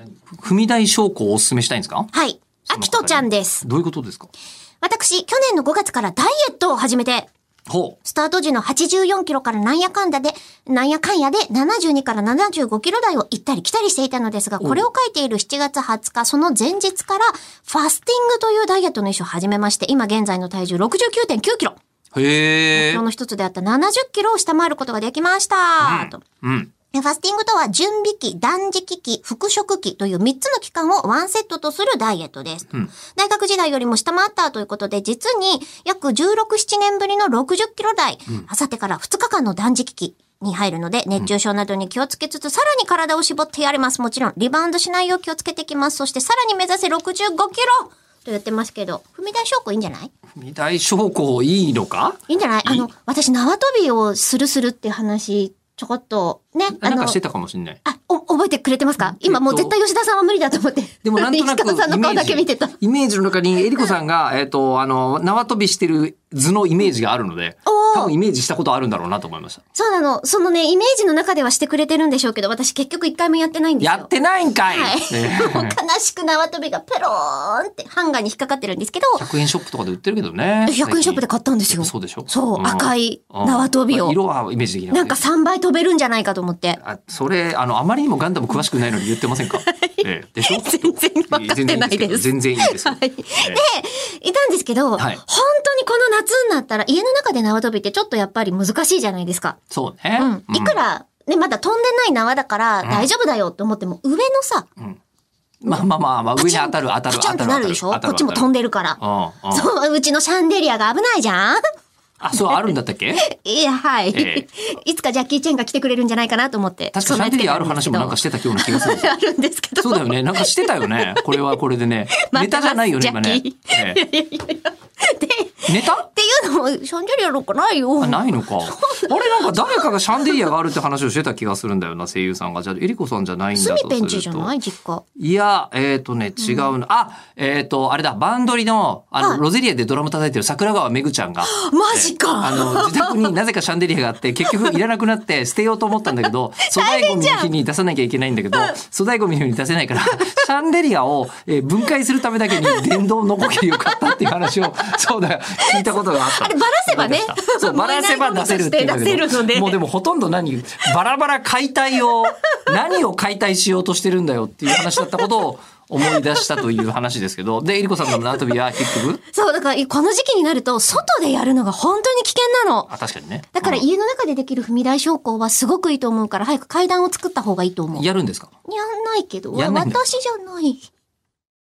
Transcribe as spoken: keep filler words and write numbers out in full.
踏み台昇降をお勧めしたいんですか？ はい。あきとちゃんです。 どういうことですか？ 私、去年のごがつからダイエットを始めて、 ほう。 スタート時のはちじゅうよんキロからなんやかんだで、なんやかんやでななじゅうにからななじゅうごキロ台を行ったり来たりしていたのですが、これを書いているしちがつはつか、その前日からファスティングというダイエットの一種を始めまして、今現在の体重 ろくじゅうきゅうてんきゅうキロ。 へー。 目標の一つであったななじゅっキロを下回ることができました。 うんとうんファスティングとは準備期、断食期、復食期というみっつの期間をワンセットとするダイエットです。うん、大学時代よりも下回ったということで、実に約じゅうろく、ななねんぶりのろくじゅっキロ台、うん、あさってからふつかかんの断食期に入るので、熱中症などに気をつけつつ、さらに体を絞ってやれます。もちろん、リバウンドしないよう気をつけてきます。そしてさらに目指せろくじゅうごキロと言ってますけど、踏み台昇降いいんじゃない？ 踏み台昇降いいのか？ いいんじゃない？あの、私縄跳びをするするって話、ちょこっと、ね。 なんかしてたかもしれない。 あ、お、覚えてくれてますか？今もう絶対吉田さんは無理だと思って。 でもなんとなく石川さんの顔だけ見てた。 イメージの中に、えりこさんが、えっと、あの、縄跳びしてる図のイメージがあるので、多分イメージしたことあるんだろうなと思いました。 そうなの。そのね、イメージの中ではしてくれてるんでしょうけど、私結局一回もやってないんですよ。 やってないんかい、はい、 悲しく縄跳びがペローンってハンガーに引っかかってるんですけど。 ひゃくえんショップとかで売ってるけどね。 ひゃくえんショップで買ったんですよ。 そうでしょ？ そう、うん、赤い縄跳びを。 色はイメージできない。 なんかさんばい飛べるんじゃないかと思って。 あ、それ、あの、あまりにもガンダム詳しくないのに言ってませんか？ええ、でしょ？ 全然分かってないです。 全然いいです。はい、で、 いたんですけど、はい、本当にこの夏になったら家の中で縄跳びってちょっとやっぱり難しいじゃないですか。 そうね。 うん。いくら、ね、まだ飛んでない縄だから大丈夫だよって思っても、うん、上のさ、うん、 まあまあまあまあ、上に当たる当たる当たる。パチンってなるでしょ？こっちも飛んでるから。うんうん、そう、うちのシャンデリアが危ないじゃん？ あ、そうあるんだったっけ？ いや、はい、えー。いつかジャッキー・チェンが来てくれるんじゃないかなと思って。 確かシャンデリアある話もなんかしてたような気がする。 あるんですけど。 そうだよね。なんかしてたよね。これはこれでね。ネタじゃないよね、今ね。 えー、いやいやいやいや。で、 ネタっていうのも、シャンデリアなんかないよ。 あ、ないのか。あれなんか誰かがシャンデリアがあるって話をしてた気がするんだよな、声優さんが。じゃあ、えりこさんじゃないんだとすると。 スミペンチじゃない実家。 いや、えっ、ー、とね、違うの。うん、あ、えっ、ー、と、あれだ、バンドリの、あの、ロゼリアでドラム叩いてる桜川めぐちゃんが。 マジか。 あの、自宅になぜかシャンデリアがあって、結局いらなくなって捨てようと思ったんだけど、粗大ゴミの日に出さなきゃいけないんだけど、粗大ゴミの日に出せないから、シャンデリアを分解するためだけに電動ノコギリを買ったっていう話を、そうだよ、聞いたことがあった。 あれ、バラせばね。 そう、バラせば出せるっていうんだけど、もうでもほとんど何、バラバラ解体を、何を解体しようとしてるんだよっていう話だったことを、思い出したという話ですけど。で、えりこさんの縄跳びは結局そう、だからこの時期になると、外でやるのが本当に危険なの。 あ、確かにね。 だから家の中でできる踏み台昇降はすごくいいと思うから、早く階段を作った方がいいと思う。 やるんですか？ やんないけど。 やんないんだ。 私じゃない。